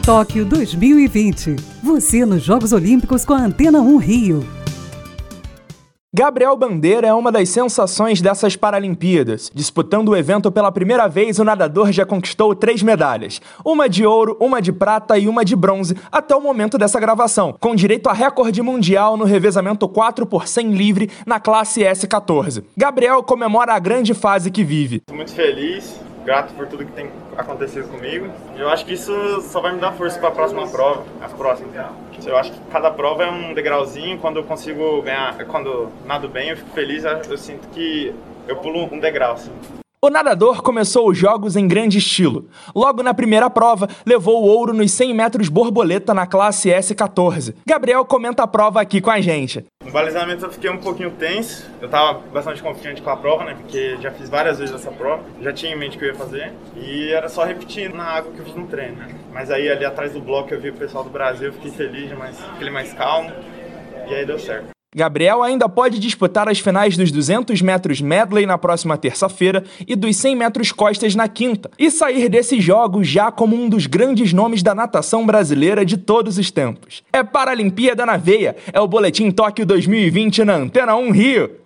Tóquio 2020. Você nos Jogos Olímpicos com a Antena 1 Rio. Gabriel Bandeira é uma das sensações dessas Paralimpíadas. Disputando o evento pela primeira vez, o nadador já conquistou 3 medalhas. Uma de ouro, uma de prata e uma de bronze, até o momento dessa gravação, com direito a recorde mundial no revezamento 4x100 livre na classe S14. Gabriel comemora a grande fase que vive. Estou muito feliz, grato por tudo que tem acontecido comigo. Eu acho que isso só vai me dar força para a próxima prova, as próximas. Eu acho que cada prova é um degrauzinho. Quando eu consigo ganhar, quando nado bem, eu fico feliz, eu sinto que eu pulo um degrau, assim. O nadador começou os jogos em grande estilo. Logo na primeira prova, levou o ouro nos 100 metros borboleta na classe S14. Gabriel comenta a prova aqui com a gente. No balizamento eu fiquei um pouquinho tenso. Eu estava bastante confiante com a prova, né? Porque já fiz várias vezes essa prova. Já tinha em mente o que eu ia fazer. E era só repetir na água que eu fiz no treino, né? Mas aí ali atrás do bloco eu vi o pessoal do Brasil, eu fiquei feliz, mas fiquei mais calmo. E aí deu certo. Gabriel ainda pode disputar as finais dos 200 metros medley na próxima terça-feira e dos 100 metros costas na quinta, e sair desses jogos já como um dos grandes nomes da natação brasileira de todos os tempos. É Paralimpíada na veia, é o Boletim Tóquio 2020 na Antena 1 Rio.